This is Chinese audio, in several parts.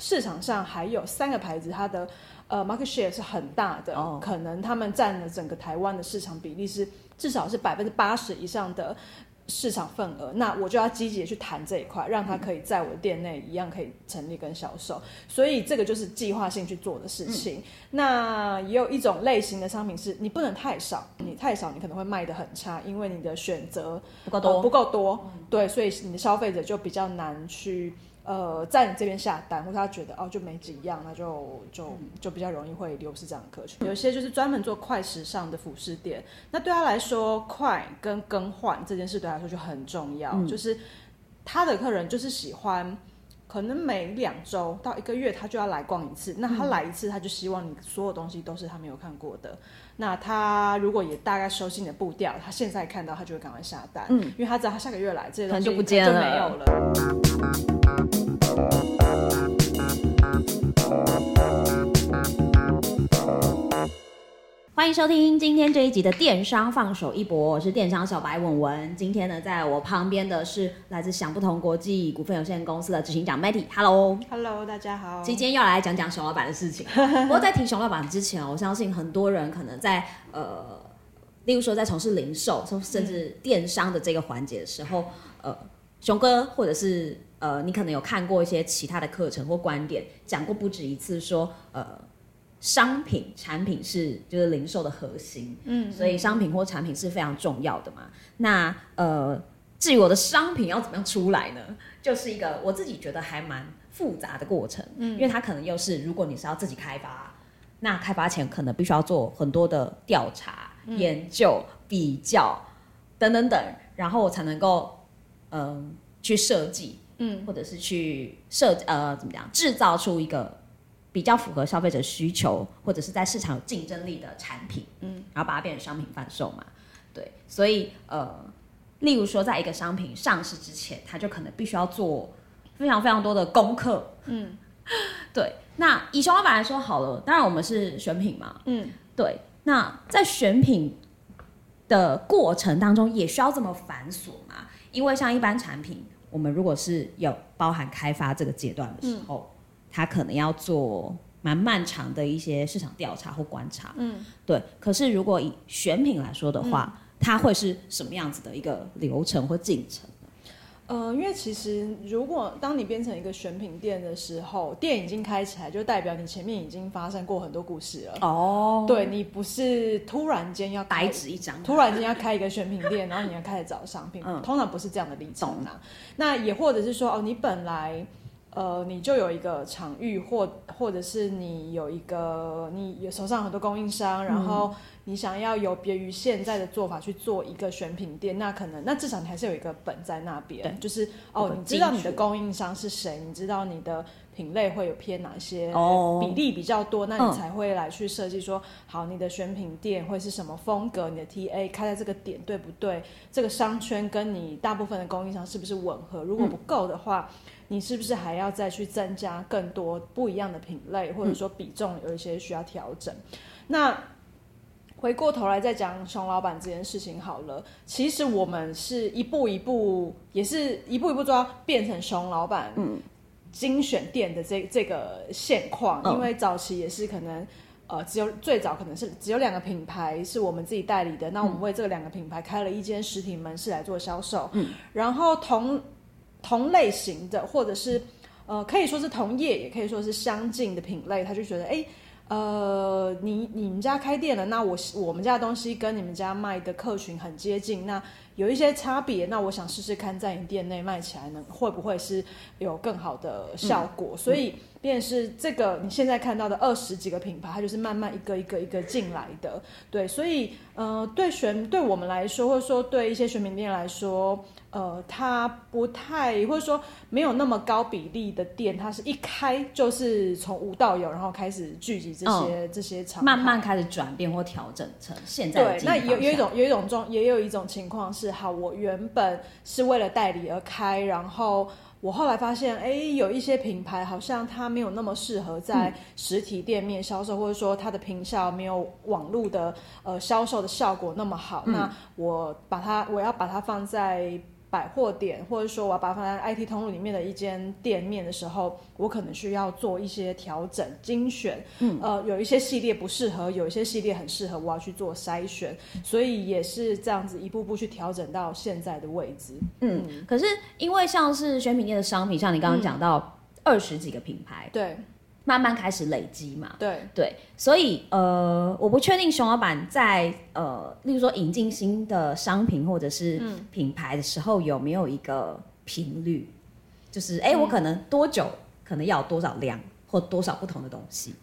市场上还有3个牌子，它的market share 是很大的，可能他们占了整个台湾的市场比例是至少是80%以上的市场份额，那我就要积极的去谈这一块，让它可以在我的店内一样可以成立跟销售，所以这个就是计划性去做的事情。那也有一种类型的商品是你不能太少，你太少你可能会卖得很差，因为你的选择不够多，对，所以你的消费者就比较难去在你这边下单，或者他觉得就没几样，那就比较容易会流失这样的客群。有些就是专门做快时尚的服饰店，那对他来说，快跟更换这件事对他来说就很重要，就是他的客人就是喜欢。可能每2周到1个月他就要来逛一次，那他来一次他就希望你所有东西都是他没有看过的，那他如果也大概熟悉你的步调，他现在看到他就会赶快下单，因为他知道他下个月来这些东西就不见了， 就没有了。 欢迎收听今天这一集的电商放手一搏，我是电商小白文文。今天呢，在我旁边的是来自想不同国际股份有限公司的执行长 Matty。Hello， 大家好。今天要来讲讲熊老板的事情。不过在提熊老板之前，我相信很多人可能在例如说在从事零售甚至电商的这个环节的时候，熊哥或者是你可能有看过一些其他的课程或观点，讲过不止一次说商品产品就是零售的核心，所以商品或产品是非常重要的嘛。那至于我的商品要怎么样出来呢，就是一个我自己觉得还蛮复杂的过程，因为它可能又是如果你是要自己开发，那开发前可能必须要做很多的调查、研究、比较等等等，然后我才能够去设计，或者是去怎么讲制造出一个比较符合消费者需求，或者是在市场有竞争力的产品，然后把它变成商品贩售嘛。对，所以例如说，在一个商品上市之前，它就可能必须要做非常非常多的功课。对。那以熊老板来说好了，当然我们是选品嘛，对。那在选品的过程当中，也需要这么繁琐嘛？因为像一般产品，我们如果是有包含开发这个阶段的时候，他可能要做蛮漫长的一些市场调查或观察，对。可是如果以选品来说的话，它会是什么样子的一个流程或进程呢？ 因为其实当你变成一个选品店的时候，店已经开起来，就代表你前面已经发生过很多故事了。对，你不是突然间要白纸一张， 突然间要开一个选品店，然后你要开始找商品，通常不是这样的历程啊。那也或者是说，你本来你就有一个场域，或者是你手上有很多供应商，然后你想要有别于现在的做法去做一个选品店，那至少你还是有一个本在那边，就是你知道你的供应商是谁，你知道你的品类会有偏哪些比例比较多，那你才会来去设计说，好，你的选品店会是什么风格，你的 TA 开在这个点对不对，这个商圈跟你大部分的供应商是不是吻合，如果不够的话，你是不是还要再去增加更多不一样的品类，或者说比重有一些需要调整。那回过头来再讲熊老板这件事情好了，其实我们是一步一步就要变成熊老板精选店的这个现况，因为早期也是可能最早可能是只有2个品牌是我们自己代理的，那我们为这2个品牌开了一间实体门市来做销售，然后同类型的或者是可以说是同业，也可以说是相近的品类，他就觉得你们家开店了，那我们家的东西跟你们家卖的客群很接近，那有一些差别，那我想试试看在你店内卖起来会不会是有更好的效果，所以便是这个你现在看到的20几个品牌，它就是慢慢一个一个进来的。对，所以对我们来说，或者说对一些选品店来说，它不太或者说没有那么高比例的店，它是一开就是从无到有，然后开始聚集这些厂牌， 慢慢开始转变或调整成现在的经营方向。 对，那也有一种情况是，好，我原本是为了代理而开，然后我后来发现，有一些品牌好像它没有那么适合在实体店面销售，或者说它的坪效没有网络的销售的效果那么好，那我要把它放在百货店，或者说我要把它放在 IT 通路里面的一间店面的时候，我可能需要做一些调整、精选。有一些系列不适合，有一些系列很适合，我要去做筛选，所以也是这样子一步步去调整到现在的位置。 可是因为像是选品店的商品，像你刚刚讲到20几个品牌， 对。 慢慢开始累积嘛， 对， 所以我不确定熊老板在例如说引进新的商品或者是品牌的时候有没有一个频率，就是我可能多久可能要有多少量或多少不同的东西？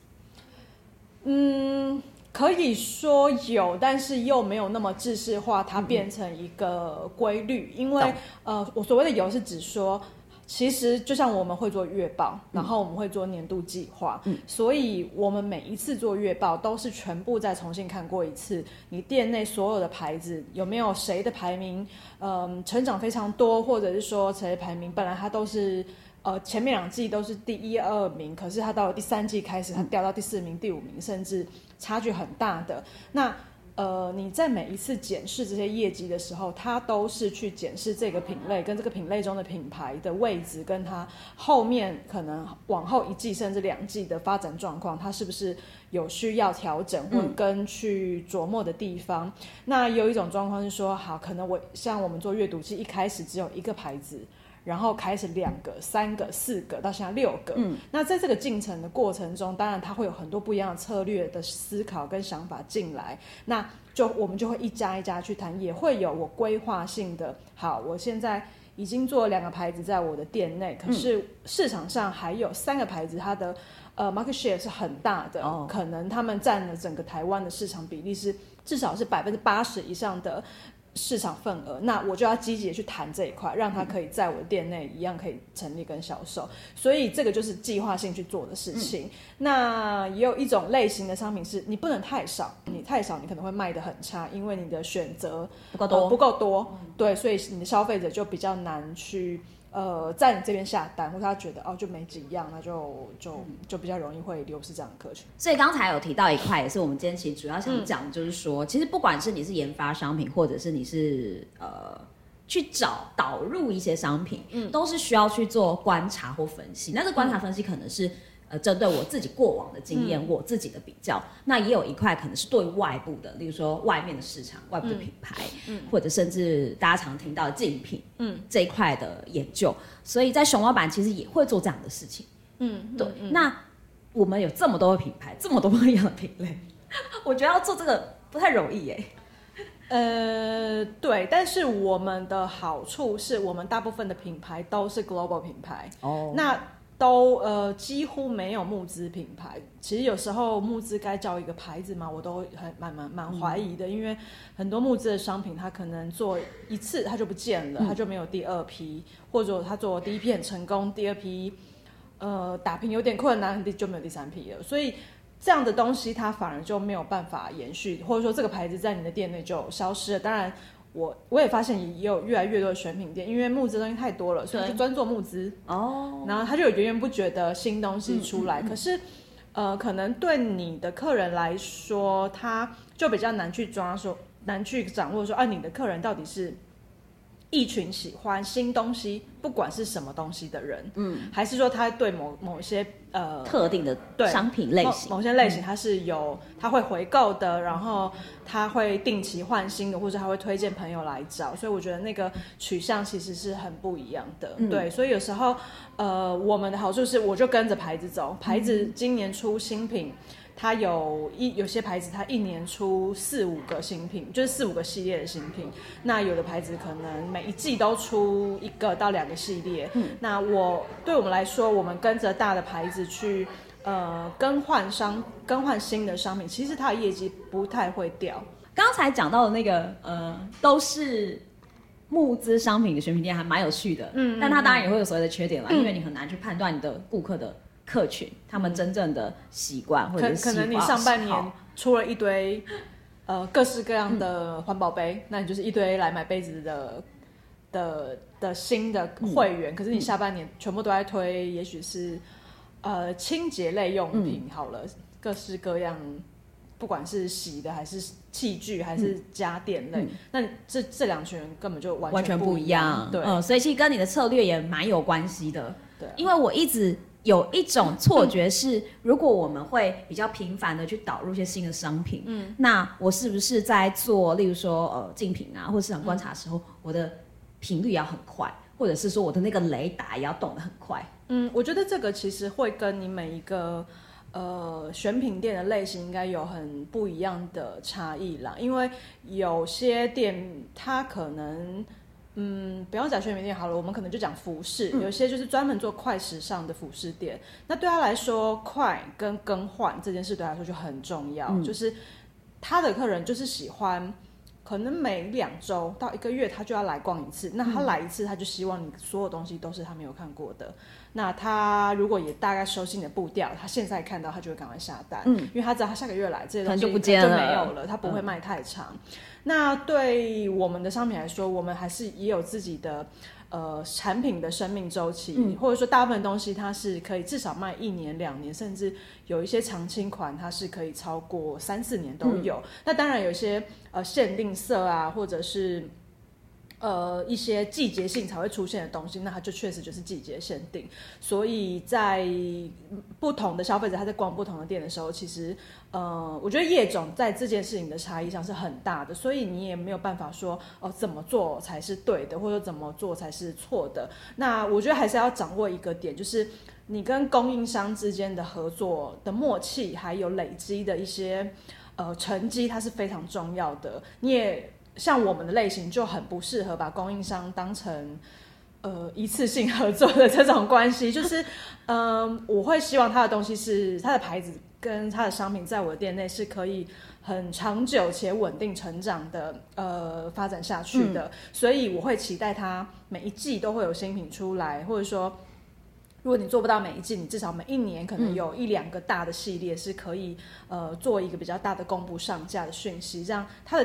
可以说有，但是又没有那么制式化，它变成一个规律。因为我所谓的有是指说，其实就像我们会做月报，然后我们会做年度计划，所以我们每一次做月报都是全部再重新看过一次，你店内所有的牌子有没有谁的排名成长非常多，或者是说谁的排名本来它都是前面2季都是第1、2名，可是它到了第3季开始它掉到第4名、第5名，甚至差距很大的。那你在每一次检视这些业绩的时候，它都是去检视这个品类跟这个品类中的品牌的位置，跟它后面可能往后1季甚至2季的发展状况，它是不是有需要调整或跟去琢磨的地方。那有一种状况是说，好，可能像我们做阅读器，一开始只有1个牌子，然后开始2个、3个、4个，到现在6个。那在这个进程的过程中，当然它会有很多不一样的策略的思考跟想法进来。那我们就会一家一家去谈，也会有我规划性的。好，我现在已经做了2个牌子在我的店内，可是市场上还有3个牌子，它的market share 是很大的，可能他们占了整个台湾的市场比例是至少是80%以上的市场份额，那我就要积极的去谈这一块，让它可以在我的店内一样可以成立跟销售。所以这个就是计划性去做的事情。那也有一种类型的商品是你不能太少，你太少你可能会卖得很差，因为你的选择不够多，对，所以你的消费者就比较难去在你这边下单，或者他觉得就没几样，那就比较容易会流失这样的客群。 所以刚才有提到一块，也是我们今天其实主要想讲的，就是说，其实不管是你是研发商品，或者是你是去导入一些商品，都是需要去做观察或分析。那这观察分析可能是针对我自己过往的经验，我自己的比较。那也有一块可能是对外部的，例如说外面的市场、外部的品牌，或者甚至大家常听到的竞品，这一块的研究。所以在熊老板其实也会做这样的事情。对。那我们有这么多的品牌，这么多不一样的品类，我觉得要做这个不太容易耶。 对，但是我们的好处是我们大部分的品牌都是 global 品牌，那都几乎没有募资品牌。其实有时候募资该叫一个牌子嘛，我都蛮怀疑的，因为很多募资的商品，它可能做一次它就不见了，它就没有第2批，或者它做第1批很成功，第2批打平有点困难，就没有第3批了，所以这样的东西它反而就没有办法延续，或者说这个牌子在你的店内就消失了。当然我也发现也有越来越多的选品店，因为募资的东西太多了，所以就专做募资，然后他就有源源不绝的新东西出来。可是可能对你的客人来说，他就比较难去难去掌握说你的客人到底是一群喜欢新东西，不管是什么东西的人，还是说他对某些特定的商品类型， 某些类型他会回购的，然后他会定期换新的，或者他会推荐朋友来找，所以我觉得那个取向其实是很不一样的。对，所以有时候我们的好处是我就跟着牌子走，牌子今年出新品，它有些牌子它1年出4、5个新品，就是4、5个系列的新品。那有的牌子可能每一季都出1个到2个系列。那对我们来说，我们跟着大的牌子去更换新的商品，其实它的业绩不太会掉。 刚才讲到的那个都是募资商品的选品店，还蛮有趣的。但它当然也会有所谓的缺点啦，因为你很难去判断你的顾客的客群，他们真正的习惯或者是可能你上半年出了一堆各式各样的环保杯，那你就是一堆来买杯子的新的会员，可是你下半年全部都在推，也许是清洁类用品好了，各式各样不管是洗的还是器具还是家电类，那这两群人根本就完全不一样。对， 所以其实跟你的策略也蛮有关系的。对，因为我一直有一种错觉是，如果我们会比较频繁的去导入一些新的商品，那我是不是在做，例如说竞品啊，或市场观察的时候，我的频率要很快，或者是说我的那个雷达也要动得很快？ 我觉得这个其实会跟你每一个选品店的类型应该有很不一样的差异啦，因为有些店它可能不要讲选品店好了，我们可能就讲服饰，有些就是专门做快时尚的服饰店，那对他来说快跟更换这件事对他来说就很重要，就是他的客人就是喜欢可能每2周到1个月他就要来逛一次，那他来一次他就希望你所有东西都是他没有看过的，那他如果也大概熟悉你的步调，他现在看到他就会赶快下单，因为他知道他下个月来这些东西就没有了，他不会卖太长。那对我们的商品来说，我们还是也有自己的产品的生命周期，或者说大部分东西它是可以至少卖1年2年，甚至有一些常青款它是可以超过3、4年都有。那当然有一些限定色啊，或者是一些季节性才会出现的东西，那它就确实就是季节限定。所以在不同的消费者他在逛不同的店的时候，其实我觉得业种在这件事情的差异上是很大的，所以你也没有办法说怎么做才是对的，或者怎么做才是错的。那我觉得还是要掌握一个点，就是你跟供应商之间的合作的默契，还有累积的一些成绩，它是非常重要的。你也像我们的类型就很不适合把供应商当成一次性合作的这种关系，就是我会希望他的东西是他的牌子跟他的商品在我的店内是可以很长久且稳定成长的发展下去的，所以我会期待他每一季都会有新品出来，或者说如果你做不到每一季，你至少每1年可能有1、2个大的系列是可以做一个比较大的公布上架的讯息，让他的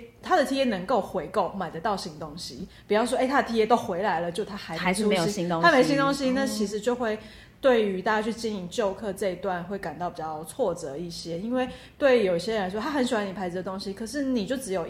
TA 能够回购买得到新东西。比方说他的 TA 都回来了，就他还是没有新东西， 他没新东西，那其实就会对于大家去经营旧客这一段会感到比较挫折一些，因为对有些人来说他很喜欢你牌子的东西，可是你就只有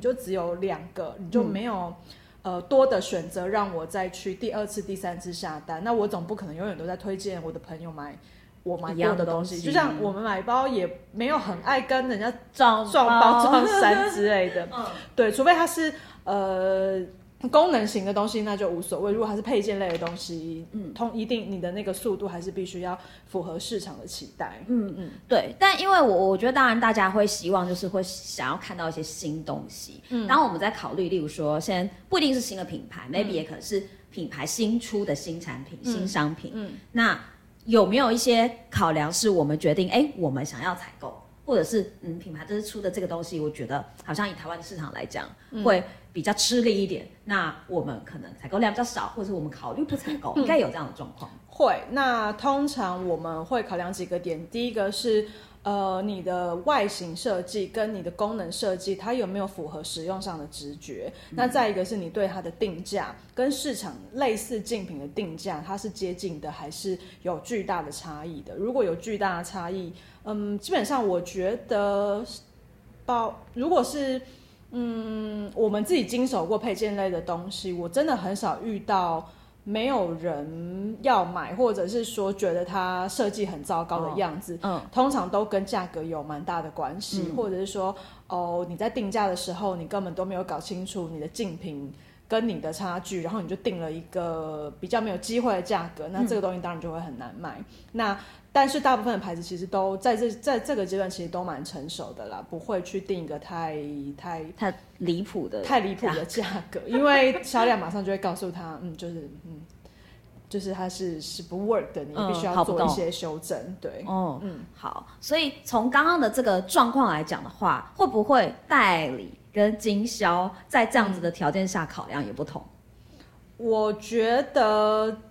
2个，你就没有多的选择让我再去第2次第3次下单，那我总不可能永远都在推荐我的朋友买我买过的东西，就像我们买包也没有很爱跟人家撞包撞衫之类的对，除非它是功能型的东西那就无所谓，如果它是配件类的东西一定你的那个速度还是必须要符合市场的期待。 对，但因为我觉得当然大家会希望就是会想要看到一些新东西，然后我们在考虑例如说现在不一定是新的品牌，maybe 也可能是品牌新出的新产品新商品，那有没有一些考量是我们决定我们想要采购，或者是品牌这次出的这个东西我觉得好像以台湾的市场来讲会比较吃力一点，那我们可能采购量比较少，或者是我们考虑不采购，应该有这样的状况。 会，那通常我们会考量几个点，第一个是你的外形设计跟你的功能设计它有没有符合使用上的直觉，那再一个是你对它的定价跟市场类似竞品的定价它是接近的还是有巨大的差异的。如果有巨大的差异基本上我觉得如果是我们自己经手过配件类的东西，我真的很少遇到没有人要买，或者是说觉得它设计很糟糕的样子，通常都跟价格有蛮大的关系，或者是说你在定价的时候你根本都没有搞清楚你的竞品跟你的差距，然后你就定了一个比较没有机会的价格，那这个东西当然就会很难卖。但是大部分的牌子其实都在这个阶段其实都蛮成熟的啦，不会去定一个太离谱的价格，因为销量马上就会告诉他就是它是不 work 的，你必须要做一些修正。对， 好，所以从刚刚的这个状况来讲的话，会不会代理跟经销在这样子的条件下考量也不同？ 我觉得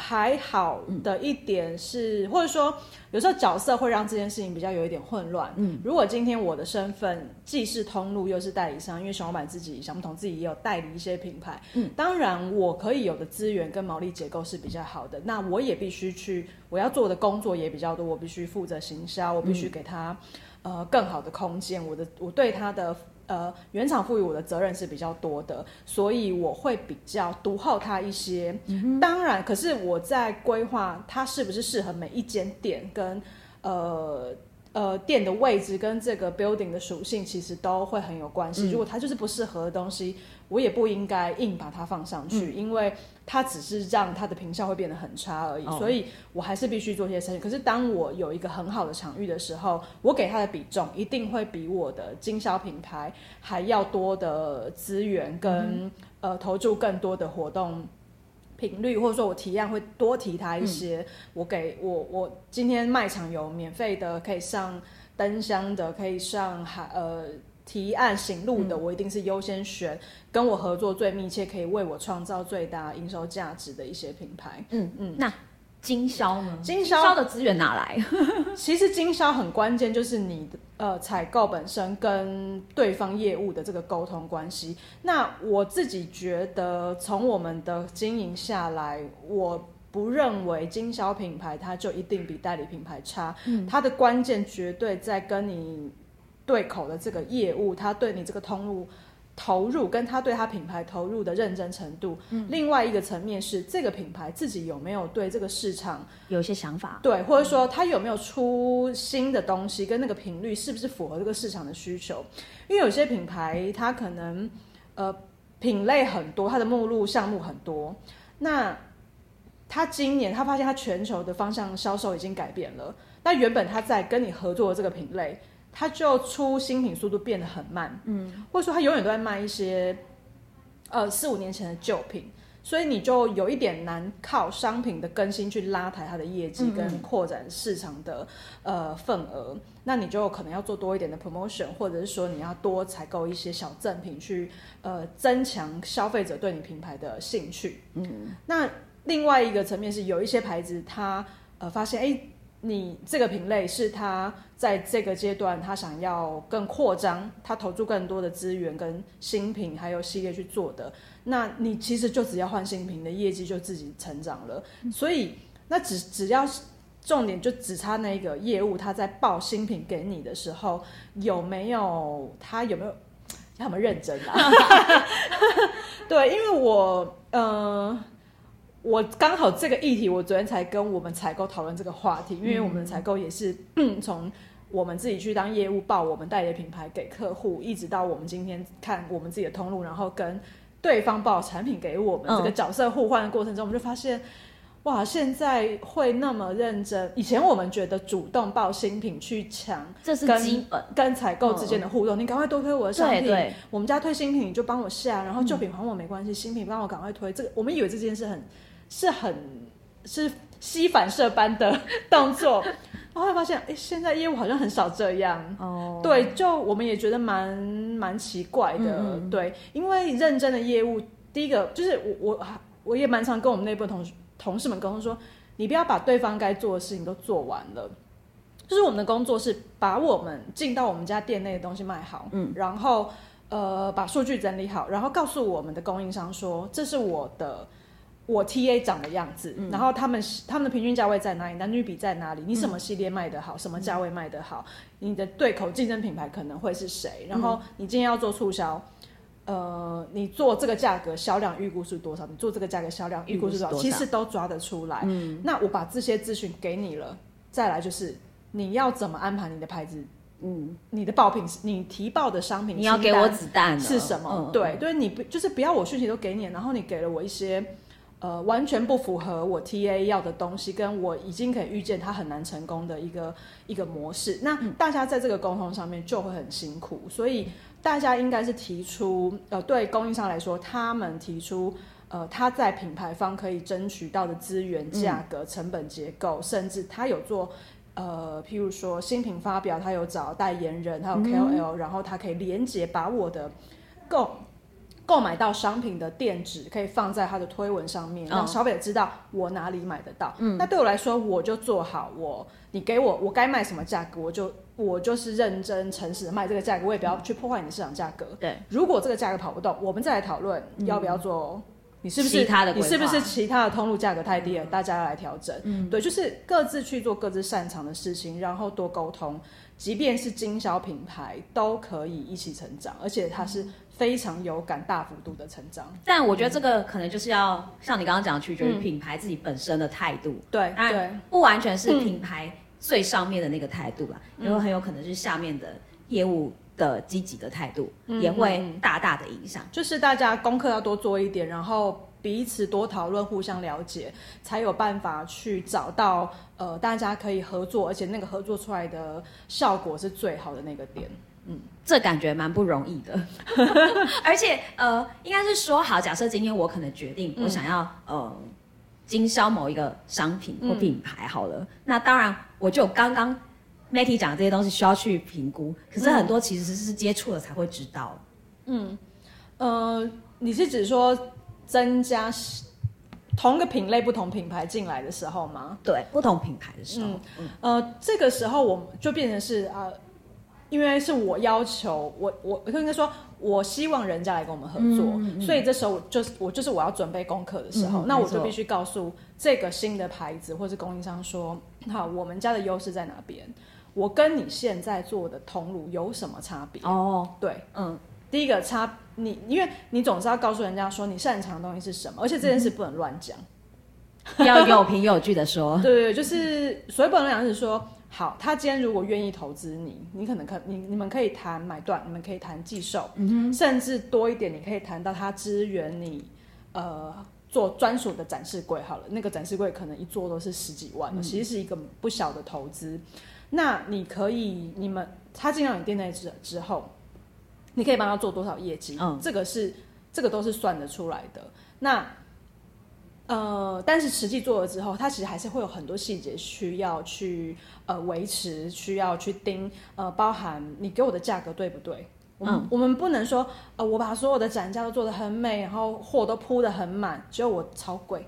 还好的一点是，或者说有时候角色会让这件事情比较有一点混乱。如果今天我的身份既是通路又是代理商，因为熊老板自己想不同自己也有代理一些品牌，当然我可以有的资源跟毛利结构是比较好的，那我也必须我要做的工作也比较多，我必须负责行销，我必须给他更好的空间，我对他的原厂赋予我的责任是比较多的，所以我会比较独厚它一些。当然，可是我在规划它是不是适合每一间店跟店的位置跟这个 building 的属性其实都会很有关系。如果它就是不适合的东西，我也不应该硬把它放上去，因为它只是让它的评效会变得很差而已。所以我还是必须做一些筛选。可是当我有一个很好的场域的时候，我给它的比重一定会比我的经销品牌还要多的资源跟投注更多的活动频率，或者说我提案会多提他一些。我今天卖场有免费的可以上灯箱的，可以上提案行路的，我一定是优先选跟我合作最密切，可以为我创造最大营收价值的一些品牌。 那经销呢？ 经销的资源哪来？ 其实经销很关键，就是你采购本身跟对方业务的这个沟通关系。那我自己觉得，从我们的经营下来，我不认为经销品牌它就一定比代理品牌差。它的关键绝对在跟你对口的这个业务，它对你这个通路投入跟他对他品牌投入的认真程度。另外一个层面是这个品牌自己有没有对这个市场有一些想法， 对，或者说他有没有出新的东西，跟那个频率是不是符合这个市场的需求。因为有些品牌它可能品类很多，它的目录项目很多，那他今年他发现他全球的方向销售已经改变了，那原本他在跟你合作的这个品类，他就出新品速度变得很慢，或者说他永远都在卖一些4-5年前的旧品，所以你就有一点难靠商品的更新去拉抬它的业绩跟扩展市场的份额。那你就可能要做多一点的 promotion， 或者是说你要多采购一些小赠品去增强消费者对你品牌的兴趣。那另外一个层面是有一些牌子他发现你这个品类是他在这个阶段他想要更扩张，他投注更多的资源跟新品还有系列去做的，那你其实就只要换新品的业绩就自己成长了。所以那只要重点就只差那个业务他在报新品给你的时候有没有认真啊对，因为我刚好这个议题，我昨天才跟我们采购讨论这个话题，因为我们的采购也是从我们自己去当业务报我们代理的品牌给客户，一直到我们今天看我们自己的通路，然后跟对方报产品给我们，这个角色互换的过程中，我们就发现，哇，现在会那么认真。以前我们觉得主动报新品去抢， 这是基本跟采购之间的互动，你赶快多推我的商品，对，我们家推新品你就帮我下，然后旧品还我没关系，新品帮我赶快推。这个我们以为这件事是吸反射般的动作，然后发现现在业务好像很少这样。对，就我们也觉得蛮奇怪的。对，因为认真的业务，第一个就是我也蛮常跟我们内部同事们沟通说，你不要把对方该做的事情都做完了。就是我们的工作是把我们进到我们家店内的东西卖好，然后把数据整理好，然后告诉我们的供应商说，这是我 TA 长的样子，然后他们的平均价位在哪里，男女比在哪里，你什么系列卖得好，什么价位卖得好，你的对口竞争品牌可能会是谁，然后你今天要做促销，你做这个价格销量预估是多少，你做这个价格销量预估是多少，其实都抓得出来。那我把这些资讯给你了，再来就是你要怎么安排你的牌子，你的报品，你提报的商品， 你要给我子弹是什么？对，你就是不要我讯息都给你，然后你给了我一些完全不符合我 TA 要的东西，跟我已经可以预见它很难成功的一个模式，那大家在这个沟通上面就会很辛苦。所以大家应该是提出对供应商来说，他们提出他在品牌方可以争取到的资源、价格、成本结构，甚至他有做譬如说新品发表，他有找代言人，他有 KOL，然后他可以连结把我的供购买到商品的电址可以放在它的推文上面，让消费者知道我哪里买得到。那对我来说，我就做好你给我该卖什么价格，我就是认真诚实的卖这个价格，我也不要去破坏你的市场价格。 对， 如果这个价格跑不动，我们再来讨论要不要做。你是不是其他的通路价格太低了？大家要来调整。对，就是各自去做各自擅长的事情，然后多沟通。即便是经销品牌，都可以一起成长，而且它是非常有感、大幅度的成长。 但我觉得这个可能就是要像你刚刚讲的，取决于品牌自己本身的态度。 对， 不完全是品牌最上面的那个态度啦，因为很有可能是下面的业务的积极的态度，也会大大的影响。 就是大家功课要多做一点，然后彼此多讨论，互相了解，才有办法去找到大家可以合作，而且那个合作出来的效果是最好的那个点。 这感觉蛮不容易的。而且应该是说好，假设今天我可能决定我想要经销某一个商品或品牌好了，那当然我就刚刚 Matty 讲的这些东西需要去评估，可是很多其实是接触了才会知道。 你是指说增加同一个品类不同品牌进来的时候吗？ 对，不同品牌的时候， 这个时候我就变成是因为是我要求我应该说，我希望人家来跟我们合作，所以这时候我要准备功课的时候，那我就必须告诉这个新的牌子或是供应商说，好，我们家的优势在哪边，我跟你现在做的通路有什么差别？对，第一个因为你总是要告诉人家说你擅长的东西是什么，而且这件事不能乱讲， 要有凭有据的说。 对，就是所谓不能乱讲是说，好，他今天如果愿意投资你可能你们可以谈买断，你们可以谈寄售，甚至多一点，你可以谈到他支援你做专属的展示柜好了，那个展示柜可能一做都是10几万的，其实是一个不小的投资。那你可以他进到你店内之后，你可以帮他做多少业绩，这个都是算得出来的。那但是实际做了之后，它其实还是会有很多细节需要去维持，需要去盯，包含你给我的价格对不对？我们不能说我把所有的展架都做得很美，然后货都铺得很满，只有我超贵。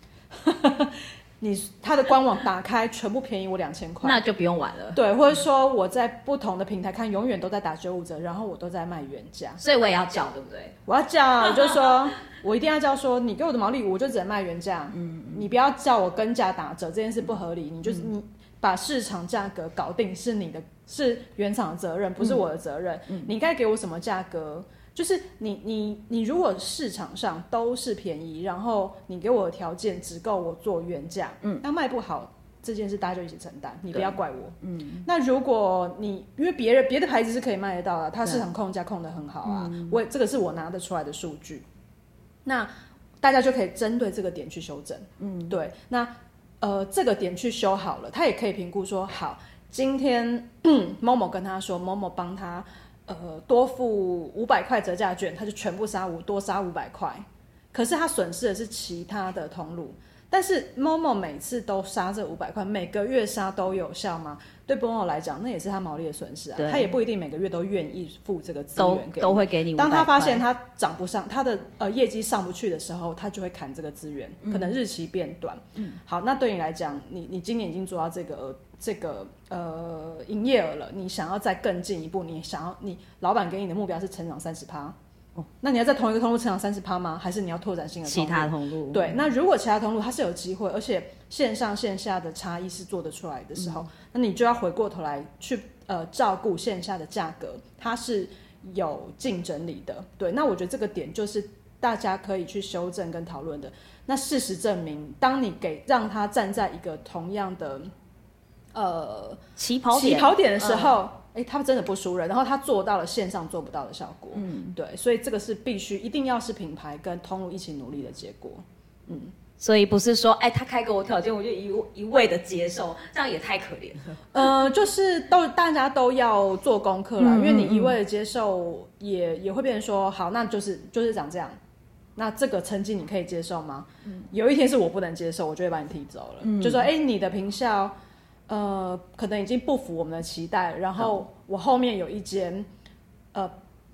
他的官网打开全部便宜我2000块， 那就不用玩了。 对，或者说我在不同的平台看，永远都在打95折，然后我都在卖原价， 所以我也要叫，对不对？ 我要叫，我就说我一定要叫说，你给我的毛利我就只能卖原价，你不要叫我跟价打折，这件事不合理。你你把市场价格搞定是原厂的责任，不是我的责任。你该给我什么价格？就是你如果市场上都是便宜，然后你给我的条件只够我做原价，那卖不好这件事大家就一起承担，你不要怪我。那如果因为别的牌子是可以卖得到的，它市场控价控得很好啊，这个是我拿得出来的数据，那大家就可以针对这个点去修正。对，那这个点去修好了，他也可以评估说，好，今天某某跟他说，某某帮他多付500块折价券，他就全部多杀500块，可是他损失的是其他的通路。但是 Momo 每次都杀这500块，每个月杀都有效吗？对 Momo 来讲，那也是他毛利的损失啊。他也不一定每个月都愿意付这个资源给你， 都会给你500块。 当他发现他涨不上，他的业绩上不去的时候，他就会砍这个资源，可能日期变短。好，那对你来讲，你今年已经做到这个营业额了，你想要再更进一步，你老板给你的目标是成长30%。那你要在同一个通路成长30%吗？还是你要拓展新的通路？ 其他通路。对， 那如果其他通路它是有机会，而且线上线下的差异是做得出来的时候，那你就要回过头来去照顾线下的价格，它是有竞争力的。对，那我觉得这个点就是大家可以去修正跟讨论的。那事实证明，当你让他站在一个同样的起跑点的时候，他真的不输人，然后他做到了线上做不到的效果。对，所以这个是一定要是品牌跟通路一起努力的结果。 所以不是说他开给我条件我就一味的接受，这样也太可怜了。 就是大家都要做功课啦，因为你一味的接受也会变成说，好，那就是长这样。那这个成绩你可以接受吗？有一天是我不能接受，我就会把你踢走了。就说你的评效可能已经不符我们的期待，然后我后面有一间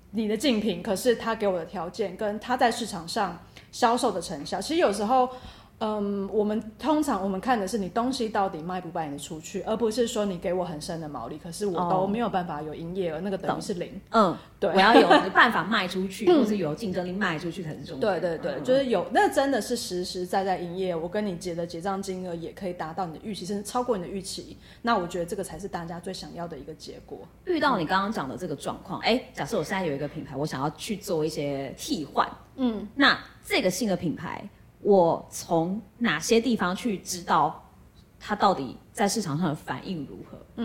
你的竞品，可是他给我的条件跟他在市场上销售的成效，其实有时候通常我们看的是你东西到底卖不卖得出去，而不是说你给我很深的毛利，可是我都没有办法有营业额，那个等于是零。对， 我要有办法卖出去，或是有竞争力卖出去才是重点。对，就是有那真的是实实在在营业，我跟你结的结账金额也可以达到你的预期，甚至超过你的预期。那我觉得这个才是大家最想要的一个结果。 遇到你刚刚讲的这个状况，假设我现在有一个品牌，我想要去做一些替换，那这个新的品牌，我从哪些地方去知道它到底在市场上的反应如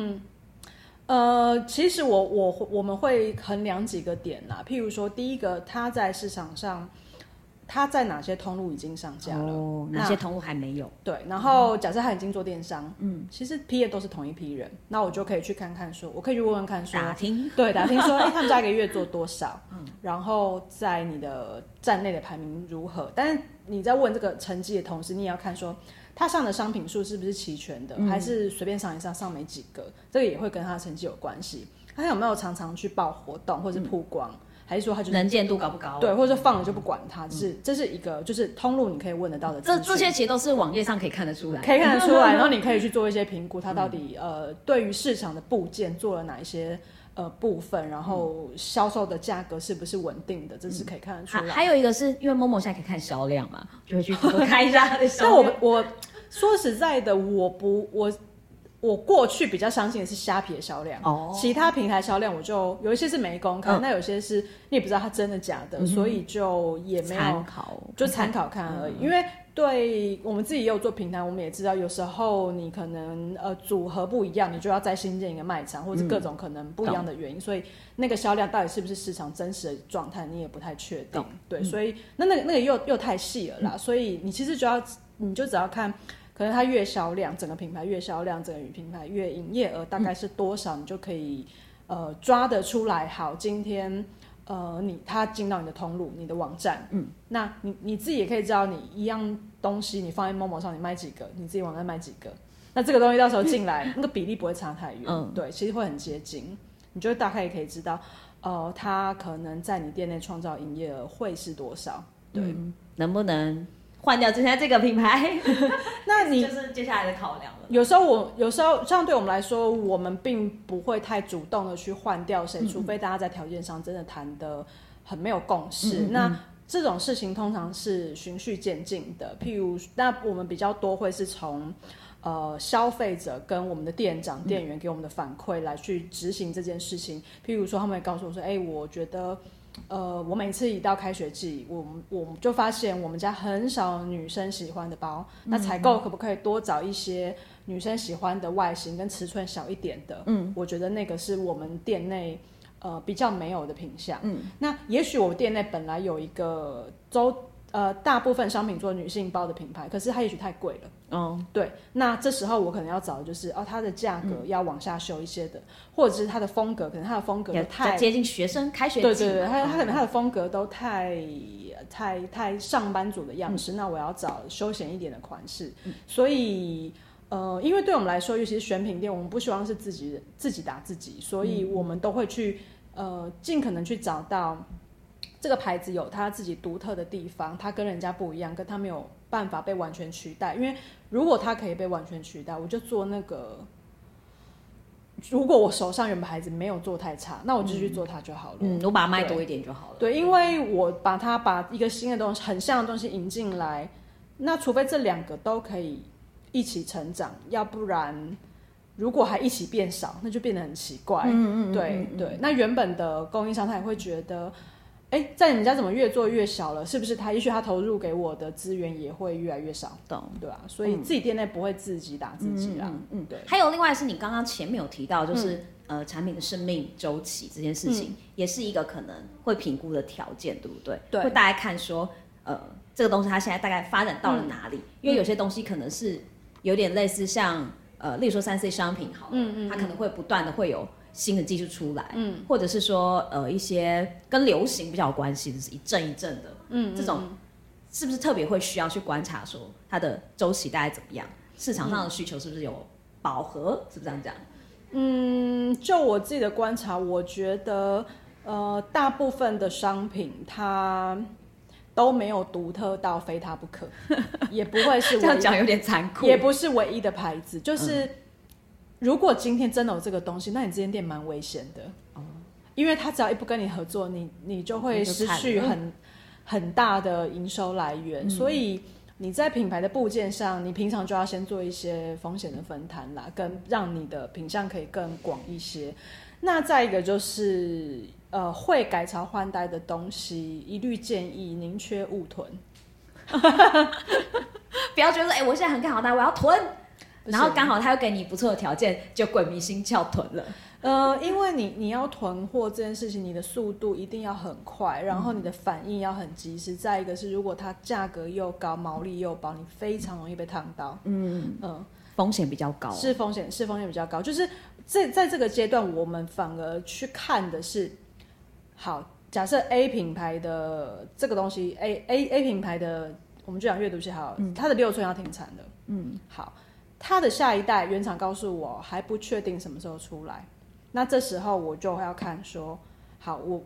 何？其实我们会衡量几个点啦，譬如说，第一个，它在市场上，它在哪些通路已经上架了， 哪些通路还没有？ 对，然后假设他已经做电商，其实批的都是同一批人，那我就可以去看看说，我可以去问问看说， 打听说，他们家一个月做多少，然后在你的站内的排名如何？但是你在问这个成绩的同时，你也要看说，他上的商品数是不是齐全的，还是随便上一上没几个？这个也会跟他的成绩有关系。他有没有常常去报活动或者曝光？还是说他就是能见度高不高？ 对，或者说放了就不管它，这是一个就是通路你可以问得到的资讯。 这些其实都是网页上可以看得出来， 然后你可以去做一些评估，它到底对于市场的部件做了哪一些部分，然后销售的价格是不是稳定的，这是可以看得出来。 还有一个是因为 Momo 现在可以看销量嘛，就会去看一下它的销量。 但我说实在的，我过去比较相信的是虾皮的销量，其他平台销量我就有一些是没公开，那有些是你也不知道它真的假的，所以就也没有参考看而已。因为对我们自己也有做平台，我们也知道有时候你可能组合不一样，你就要再新建一个卖场，或者各种可能不一样的原因，所以那个销量到底是不是市场真实的状态，你也不太确定。对，所以那个又太细了啦，所以你其实你就只要看。可能它月销量，整个品牌月销量，整个品牌月营业额大概是多少，你就可以抓得出来。好，今天它进到你的通路，你的网站，那你自己也可以知道，你一样东西你放在 Momo 上，你卖几个，你自己网站卖几个，那这个东西到时候进来，那个比例不会差太远，对，其实会很接近，你就大概也可以知道，它可能在你店内创造营业额会是多少，对， 能不能换掉现在这个品牌？ 那你就是接下来的考量了。 有时候像对我们来说，我们并不会太主动的去换掉谁，除非大家在条件上真的谈得很没有共识。那这种事情通常是循序渐进的。譬如，那我们比较多会是从消费者跟我们的店长、店员给我们的反馈来去执行这件事情。譬如说，他们会告诉我说：“我觉得。”我每次一到开学季，我就发现我们家很少女生喜欢的包，那采购可不可以多找一些女生喜欢的外形跟尺寸小一点的？我觉得那个是我们店内比较没有的品项。那也许我们店内本来有一个大部分商品做女性包的品牌，可是它也许太贵了。对，那这时候我可能要找的就是它的价格要往下修一些的，或者是它的风格，可能它的风格太接近学生开学季。 对，它可能它的风格都太上班族的样式，那我要找休闲一点的款式。所以因为对我们来说，尤其是选品店，我们不希望是自己打自己，所以我们都会去尽可能去找到这个牌子有它自己独特的地方，它跟人家不一样，跟它没有办法被完全取代。因为如果它可以被完全取代，我就做那个。如果我手上原本牌子没有做太差，那我就去做它就好了。 我把它卖多一点就好了。 对，因为我把一个新的东西、很像的东西引进来，那除非这两个都可以一起成长，要不然如果还一起变少，那就变得很奇怪。对。那原本的供应商他也会觉得。在你们家怎么越做越小了？是不是也许他投入给我的资源也会越来越少？懂，对吧？所以自己店内不会自己打自己啦。对。 还有另外是你刚刚前面有提到，就是产品的生命周期这件事情，也是一个可能会评估的条件，对不对？对。会大概看说，这个东西它现在大概发展到了哪里？因为有些东西可能是有点类似像例如说3C 商品好了，它可能会不断的会有。新的技术出来，或者是说一些跟流行比较有关系的，是一阵一阵的，这种是不是特别会需要去观察说它的周期大概怎么样？市场上的需求是不是有饱和？是不是这样讲？ 就我自己的观察，我觉得大部分的商品它都没有独特到非它不可，也不会是这样讲有点残酷， 也不是唯一的牌子。就是如果今天真的有这个东西，那你这间店蛮危险的，因为他只要一不跟你合作，你就会失去很大的营收来源，所以你在品牌的部件上，你平常就要先做一些风险的分摊啦，跟让你的品项可以更广一些。那再一个就是会改朝换代的东西，一律建议宁缺勿囤。 不要觉得说，我现在很看好它，我要囤，然后刚好他又给你不错的条件，就鬼迷心窍囤了。 因为你要囤货这件事情，你的速度一定要很快，然后你的反应要很及时。再一个是，如果它价格又高，毛利又高，你非常容易被烫到。 风险比较高， 是风险比较高。就是在这个阶段，我们反而去看的是，好，假设 A 品牌的这个东西 ，A 品牌的，我们就讲阅读器好了，它的6寸要停产的。好，它的下一代原厂告诉我还不确定什么时候出来。那这时候我就要看说，好，我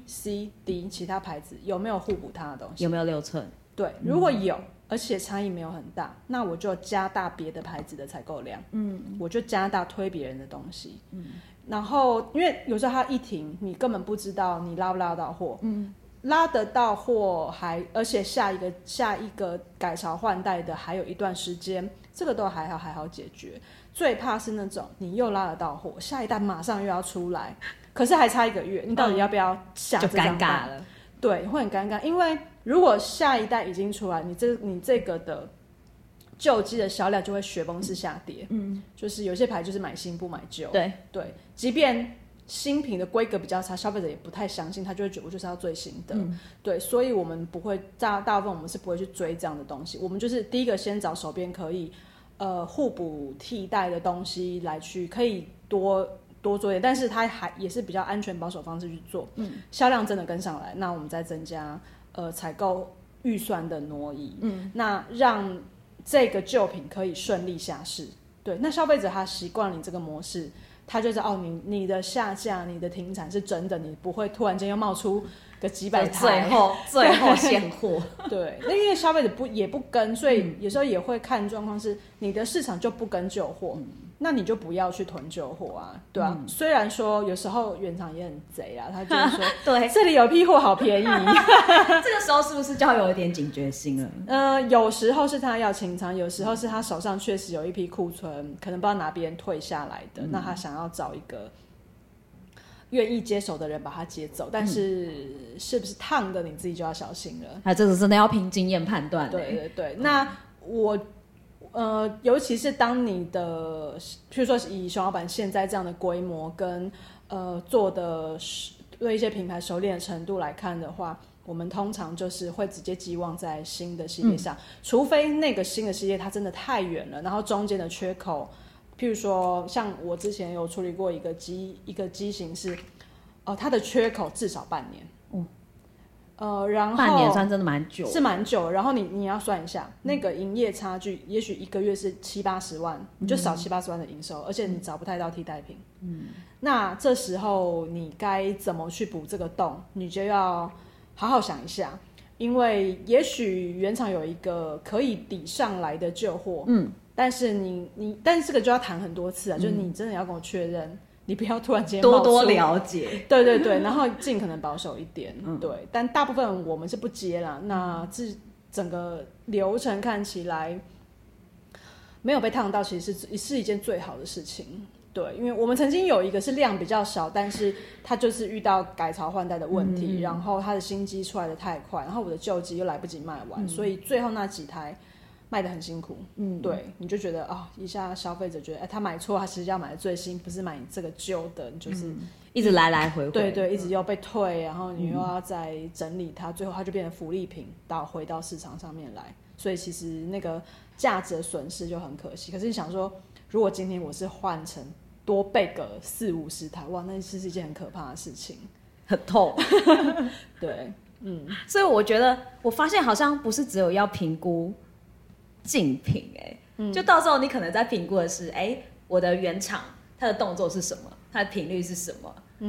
B、C、D 其他牌子有没有互补它的东西， 有没有6寸？ 对，如果有，而且差异没有很大，那我就加大别的牌子的采购量，我就加大推别人的东西，然后因为有时候它一停，你根本不知道你拉不拉到货，拉得到货而且下一个改朝换代的还有一段时间，这个都还好解决。最怕是那种你又拉得到货，下一代马上又要出来，可是还差1个月，你到底要不要下这张单？ 就尴尬了。 对，会很尴尬，因为如果下一代已经出来，你这个的旧机的销量就会雪崩式下跌。就是有些牌就是买新不买旧。 对， 即便新品的规格比较差，消费者也不太相信，他就会觉得我就是要最新的。对，所以我们不会大部分我们是不会去追这样的东西，我们就是第一个先找手边可以互补替代的东西来去可以多做一点，但是它也是比较安全保守方式去做。销量真的跟上来，那我们再增加采购预算的挪移。那让这个旧品可以顺利下市。对，那消费者他习惯了你这个模式，他就知道你的下架、你的停产是真的，你不会突然间又冒出个几百台， 最后现货。 对，那因为消费者也不跟，所以有时候也会看状况，是你的市场就不跟旧货，那你就不要去囤旧货啊，对啊。虽然说有时候原厂也很贼啊，他就是说对， 这里有批货好便宜， 这个时候是不是就要有一点警觉心了？ 有时候是他要清仓，有时候是他手上确实有一批库存，可能不知道哪边退下来的，那他想要找一个愿意接手的人把它接走，但是是不是烫的你自己就要小心了。 这个真的要凭经验判断。 对，那我尤其是当你的，譬如说以熊老板现在这样的规模跟做的对一些品牌熟练的程度来看的话，我们通常就是会直接寄望在新的系列上，除非那个新的系列它真的太远了，然后中间的缺口，譬如说像我之前有处理过一个机型是，它的缺口至少半年。然后半年算真的蛮久， 是蛮久。然后你要算一下，那个营业差距，也许1个月是70-80万，你就少70-80万的营收，而且你找不太到替代品。那这时候你该怎么去补这个洞，你就要好好想一下，因为也许原厂有一个可以抵上来的旧货，但是但是这个就要谈很多次啊，就是你真的要跟我确认。你不要突然间多了解， 对，然后尽可能保守一点，对。但大部分我们是不接啦。那整个流程看起来没有被烫到，其实是一件最好的事情，对。因为我们曾经有一个是量比较少，但是它就是遇到改朝换代的问题，然后它的新机出来的太快，然后我的旧机又来不及卖完，所以最后那几台卖得很辛苦，对，你就觉得一下消费者觉得，他买错，他其实要买的最新，不是买这个旧的，你就是一直来来回回， 对，一直又被退，然后你又要再整理它，最后它就变成福利品，回到市场上面来，所以其实那个价值的损失就很可惜。可是你想说，如果今天我是换成多备个40-50台，哇，那是一件很可怕的事情， 很痛， 对， 所以我觉得，我发现好像不是只有要评估竞品，就到时候你可能在评估的是，我的原厂它的动作是什么，它的频率是什么，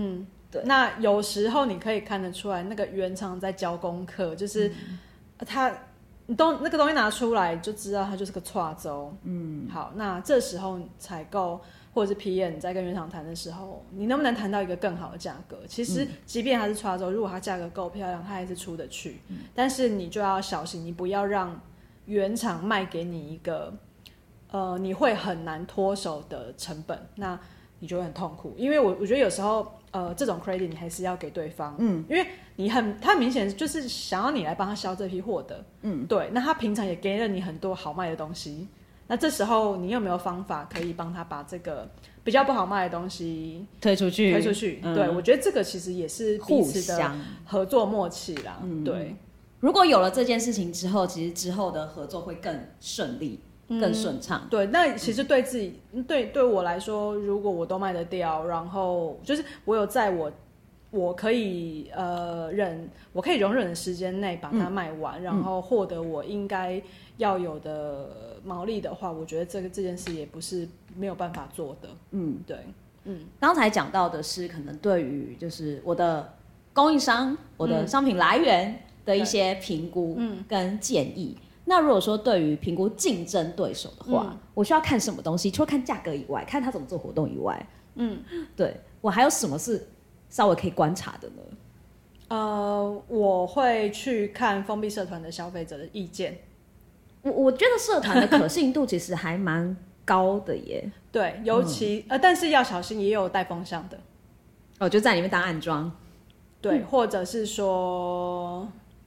对，那有时候你可以看得出来，那个原厂在教功课，就是你那个东西拿出来就知道它就是个错周。好，那这时候采购或者是 PM 你在跟原厂谈的时候，你能不能谈到一个更好的价格？其实即便它是错周，如果它价格够漂亮，它还是出得去。但是你就要小心，你不要让原厂卖给你一个你会很难脱手的成本，那你就会很痛苦。因为我觉得有时候这种 credit 你还是要给对方，因为他很明显就是想要你来帮他销这批货的，对，那他平常也给了你很多好卖的东西，那这时候你有没有方法可以帮他把这个比较不好卖的东西推出去？ 对，我觉得这个其实也是彼此的合作默契啦，对。 如果有了这件事情之后，其实之后的合作会更顺利。更顺畅。 对，那其实对自己对我来说，如果我都卖得掉，然后就是我有在我可以我可以容忍的时间内把它卖完，然后获得我应该要有的毛利的话，我觉得这件事也不是没有办法做的。对， 刚才讲到的是可能对于就是我的供应商、我的商品来源的一些评估跟建议。那如果说对于评估竞争对手的话，我需要看什么东西？除了看价格以外，看他怎么做活动以外，对，我还有什么是稍微可以观察的呢？ 我会去看封闭社团的消费者的意见。 我觉得社团的可信度其实还蛮高的耶。 对，尤其但是要小心，也有带风向的。 就在里面当暗装。 对，或者是说，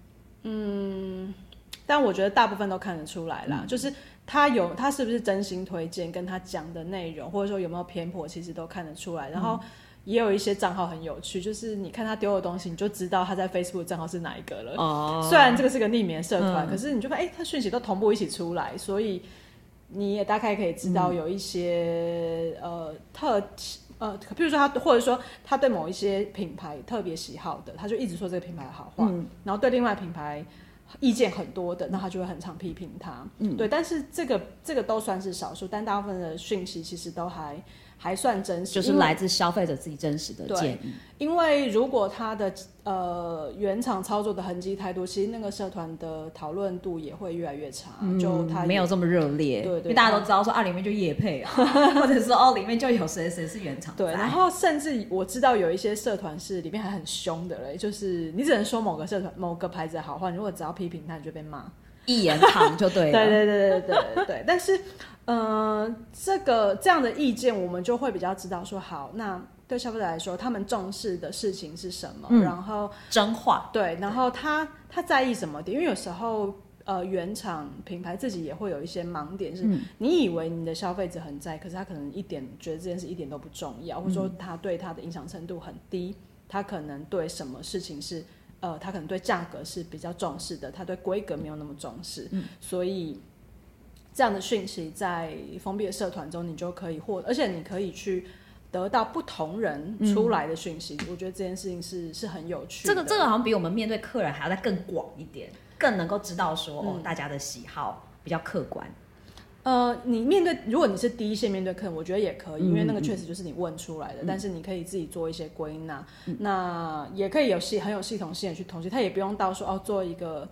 但我觉得大部分都看得出来啦，就是他是不是真心推荐，跟他讲的内容，或者说有没有偏颇，其实都看得出来。然后也有一些账号很有趣，就是你看他丢的东西，你就知道他在 Facebook 账号是哪一个了。虽然这个是个匿名社团，可是你就看，他讯息都同步一起出来，所以你也大概可以知道有一些譬如说或者说他对某一些品牌特别喜好的，他就一直说这个品牌的好话，然后对另外品牌意见很多的，那他就会很常批评他。对，但是这个都算是少数，但大部分的讯息其实都还算真实， 就是来自消费者自己真实的建议。 因为如果他的原厂操作的痕迹太多，其实那个社团的讨论度也会越来越差，就他没有这么热烈。对，因为大家都知道说里面就业配啊，或者说里面就有谁是原厂。 对，然后甚至我知道有一些社团是里面还很凶的嘞，就是你只能说某个社团某个牌子的好话，你如果只要批评他，你就被骂， 一言堂就对了。 对，但是这样的意见，我们就会比较知道说，好，那对消费者来说，他们重视的事情是什么，然后真话。 对，然后他在意什么点？因为有时候原厂品牌自己也会有一些盲点，是你以为你的消费者很在意，可是他可能觉得这件事一点都不重要，或者说他对他的影响程度很低，他可能对什么事情是他可能对价格是比较重视的，他对规格没有那么重视，所以这样的讯息在封闭的社团中，你就可以而且你可以去得到不同人出来的讯息。我觉得这件事情是很有趣的。 这个好像比我们面对客人还要再更广一点，更能够知道说大家的喜好比较客观。 如果你是第一线面对客人，我觉得也可以，因为那个确实就是你问出来的，但是你可以自己做一些归纳，那也可以很有系统性的去统计，他也不用到说做一个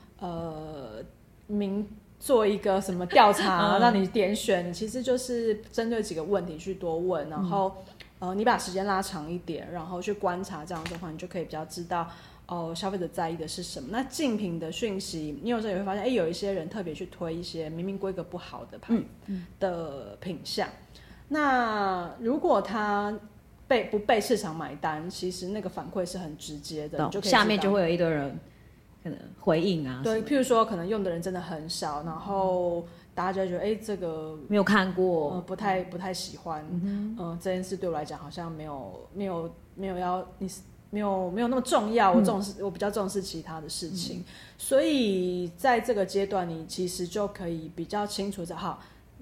做一个什么调查让你点选，你其实就是针对几个问题去多问，然后你把时间拉长一点，然后去观察这样的状况，你就可以比较知道消费者在意的是什么。那竞品的讯息，你有时候也会发现，有一些人特别去推一些明明规格不好的的品项，那如果他不被市场买单，其实那个反馈是很直接的，你就可以下面就会有一堆人可能回应啊。 对，譬如说可能用的人真的很少，然后大家就会觉得这个没有看过， 不太喜欢，这件事对我来讲好像没有那么重要，我比较重视其他的事情，所以在这个阶段，你其实就可以比较清楚的，好，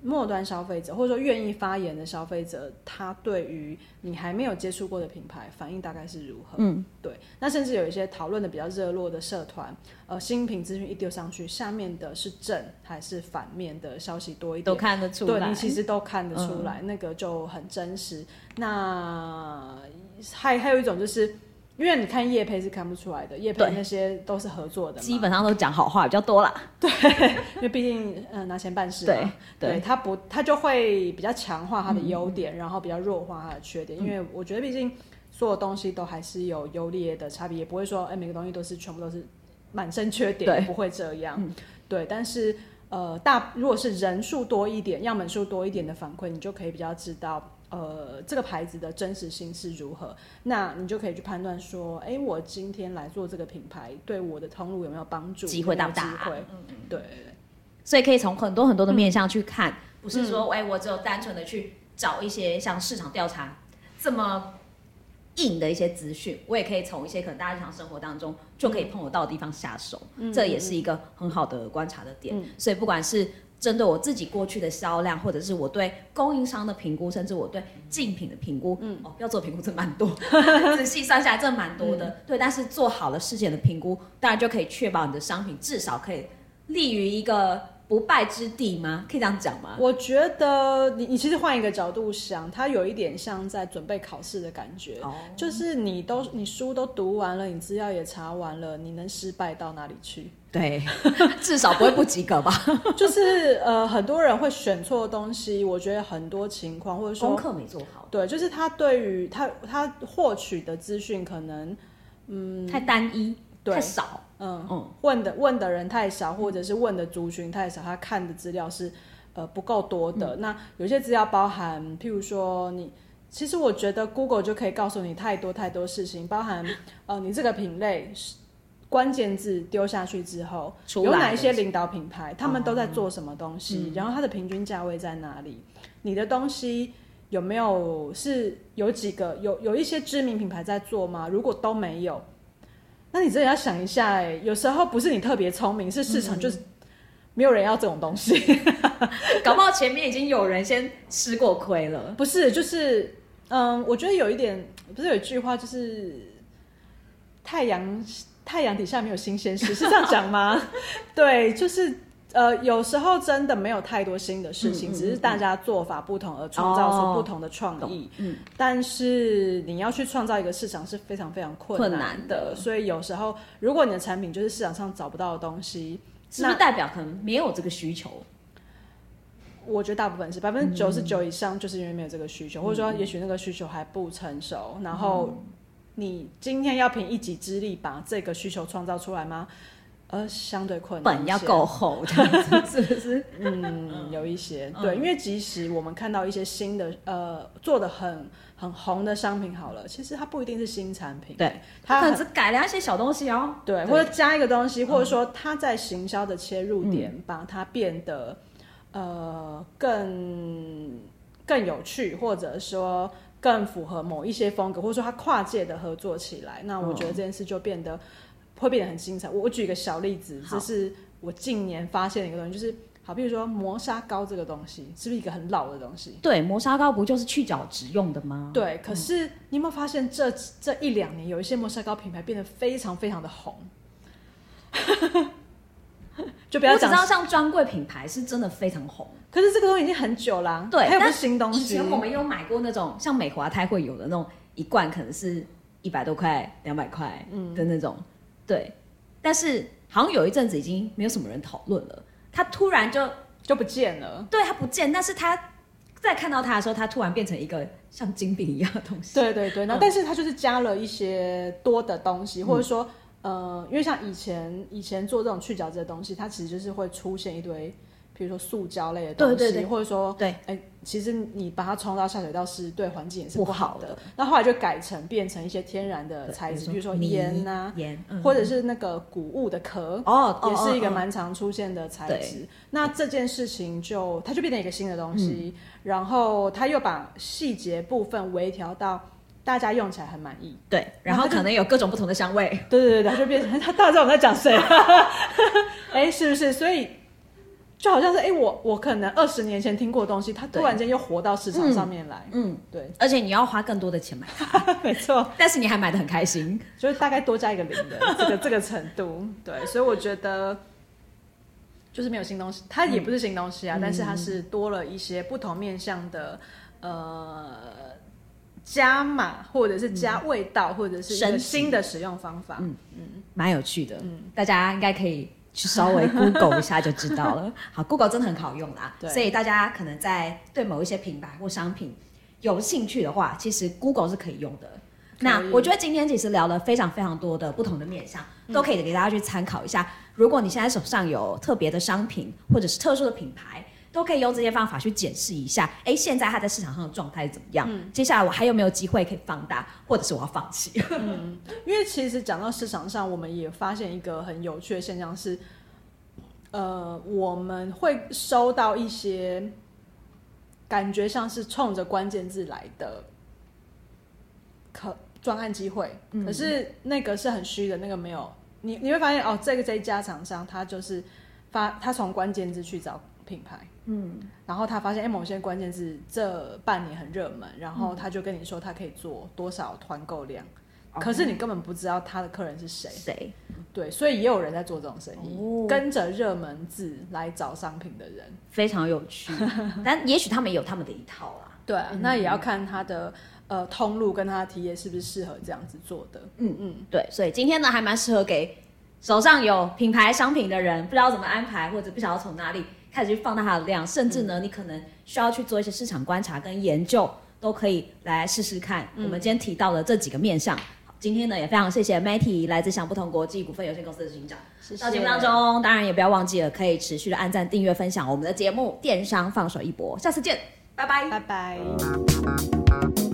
末端消费者或者说愿意发言的消费者，他对于你还没有接触过的品牌反应大概是如何？对。那甚至有一些讨论的比较热络的社团，新品资讯一丢上去，下面的是正还是反面的消息多一点， 都看得出来。 对，你其实都看得出来，那个就很真实。那还有一种就是。因为你看业配是看不出来的，业配那些都是合作的嘛， 基本上都讲好话比较多啦。 对，因为毕竟拿钱办事嘛，对，他就会比较强化他的优点，然后比较弱化他的缺点。因为我觉得毕竟所有东西都还是有优劣的差别，也不会说每个东西都是全部都是满身缺点，也不会这样。对，但是如果是人数多一点、样本数多一点的反馈，你就可以比较知道。这个牌子的真实性是如何？那你就可以去判断说，我今天来做这个品牌，对我的通路有没有帮助？ 机会大不大？ 对。 所以可以从很多很多的面向去看，不是说，我只有单纯的去找一些像市场调查这么硬的一些资讯，我也可以从一些可能大家日常生活当中就可以碰得到的地方下手，这也是一个很好的观察的点。所以不管是针对我自己过去的销量，或者是我对供应商的评估，甚至我对竞品的评估，要做评估真蛮多，仔细算下来真蛮多的。对，但是做好了事前的评估，当然就可以确保你的商品至少可以立于一个不败之地吗？可以这样讲吗？ 我觉得你其实换一个角度想，它有一点像在准备考试的感觉，就是你书都读完了，你资料也查完了，你能失败到哪里去？ 对，至少不会不及格吧？ 就是很多人会选错东西，我觉得很多情况或者说功课没做好， 对，就是他对于他获取的资讯可能太单一，太少， 问的人太少，或者是问的族群太少，他看的资料是不够多的。那有些资料包含，譬如说其实我觉得 Google 就可以告诉你太多事情，包含你这个品类。关键字丢下去之后，有哪一些领导品牌，他们都在做什么东西，然后它的平均价位在哪里？你的东西有没有有几个有一些知名品牌在做吗？如果都没有，那你真的要想一下，有时候不是你特别聪明，是市场就是没有人要这种东西， 搞不好前面已经有人先吃过亏了。 不是，就是我觉得有一点，不是有一句话就是太阳底下没有新鲜事，是这样讲吗？对，就是有时候真的没有太多新的事情，只是大家做法不同而创造出不同的创意。但是你要去创造一个市场是非常非常困难的，所以有时候如果你的产品就是市场上找不到的东西， 是不是代表可能没有这个需求？ 我觉得大部分是99%以上，就是因为没有这个需求，或者说也许那个需求还不成熟，然后。你今天要凭一己之力把这个需求创造出来吗？相对困难， 本要够厚，这样子是不是？ 有一些对，因为即使我们看到一些新的做的很红的商品好了，其实它不一定是新产品， 对，它可能只改良一些小东西哦， 对，或者加一个东西，或者说它在行销的切入点把它变得更有趣，或者说。更符合某一些风格，或者说它跨界的合作起来，那我觉得这件事就会变得很精彩。我举一个小例子，这是我近年发现的一个东西，就是好，比如说磨砂膏这个东西，是不是一个很老的东西？ 对，磨砂膏不就是去角质用的吗？ 对，可是你有没有发现这1-2年有一些磨砂膏品牌变得非常非常的红？就不要讲， 我只知道像专柜品牌是真的非常红， 可是这个东西已经很久啦， 对， 它又不是新东西。 以前我们有买过那种像美华泰会有的那种一罐，可能是100多块、200块的那种，对。但是好像有一阵子已经没有什么人讨论了，它突然就不见了。 对，它不见，但是它在看到它的时候，它突然变成一个像金饼一样的东西。 对对对，然后但是它就是加了一些多的东西，或者说。因为像以前做这种去角质的东西，它其实就是会出现一堆，比如说塑胶类的东西， 对， 或者说，其实你把它冲到下水道是对环境也是不好的。那后来就变成一些天然的材质，比如说盐啊，或者是那个谷物的壳，也是一个蛮常出现的材质。那这件事情它就变成一个新的东西，然后它又把细节部分微调到。大家用起来很满意， 对，然后可能有各种不同的香味， 对，它就变成他大家知道我们在讲谁，是不是？所以就好像是我可能20年前听过的东西，它突然间又活到市场上面来。对， 而且你要花更多的钱买它， 没错。 但是你还买得很开心， 就是大概多加一个零的这个程度。对，所以我觉得就是没有新东西，它也不是新东西啊，但是它是多了一些不同面向的加码，或者是加味道，或者是一个新的使用方法。 蛮有趣的。大家应该可以去稍微 Google 一下就知道了。好 ，Google 真的很好用啦，所以大家可能在对某一些品牌或商品有兴趣的话，其实 Google 是可以用的。那我觉得今天其实聊了非常非常多的不同的面向，都可以给大家去参考一下。如果你现在手上有特别的商品或者是特殊的品牌，都可以用这些方法去检视一下，现在它在市场上的状态怎么样？接下来我还有没有机会可以放大，或者是我要放弃？ 因为其实讲到市场上，我们也发现一个很有趣的现象是，我们会收到一些感觉像是冲着关键字来的专案机会，可是那个是很虚的，那个没有你会发现这一家厂商他就是他从关键字去找品牌，然后他发现某些关键字这半年很热门，然后他就跟你说他可以做多少团购量，可是你根本不知道他的客人是谁。对，所以也有人在做这种生意，跟着热门字来找商品的人， 非常有趣。但也许他们也有他们的一套啦。 对啊，那也要看他的通路跟他的体验是不是适合这样子做的。 对，所以今天呢还蛮适合给手上有品牌商品的人，不知道怎么安排，或者不晓得从哪里开始去放大它的量，甚至呢你可能需要去做一些市场观察跟研究，都可以来试试看。我们今天提到的这几个面向。今天呢，也非常谢谢 Matty 来自想不同国际股份有限公司的执行长。到节目当中，当然也不要忘记了，可以持续的按赞、订阅、分享我们的节目《电商放手一搏》，下次见，拜拜， 拜拜。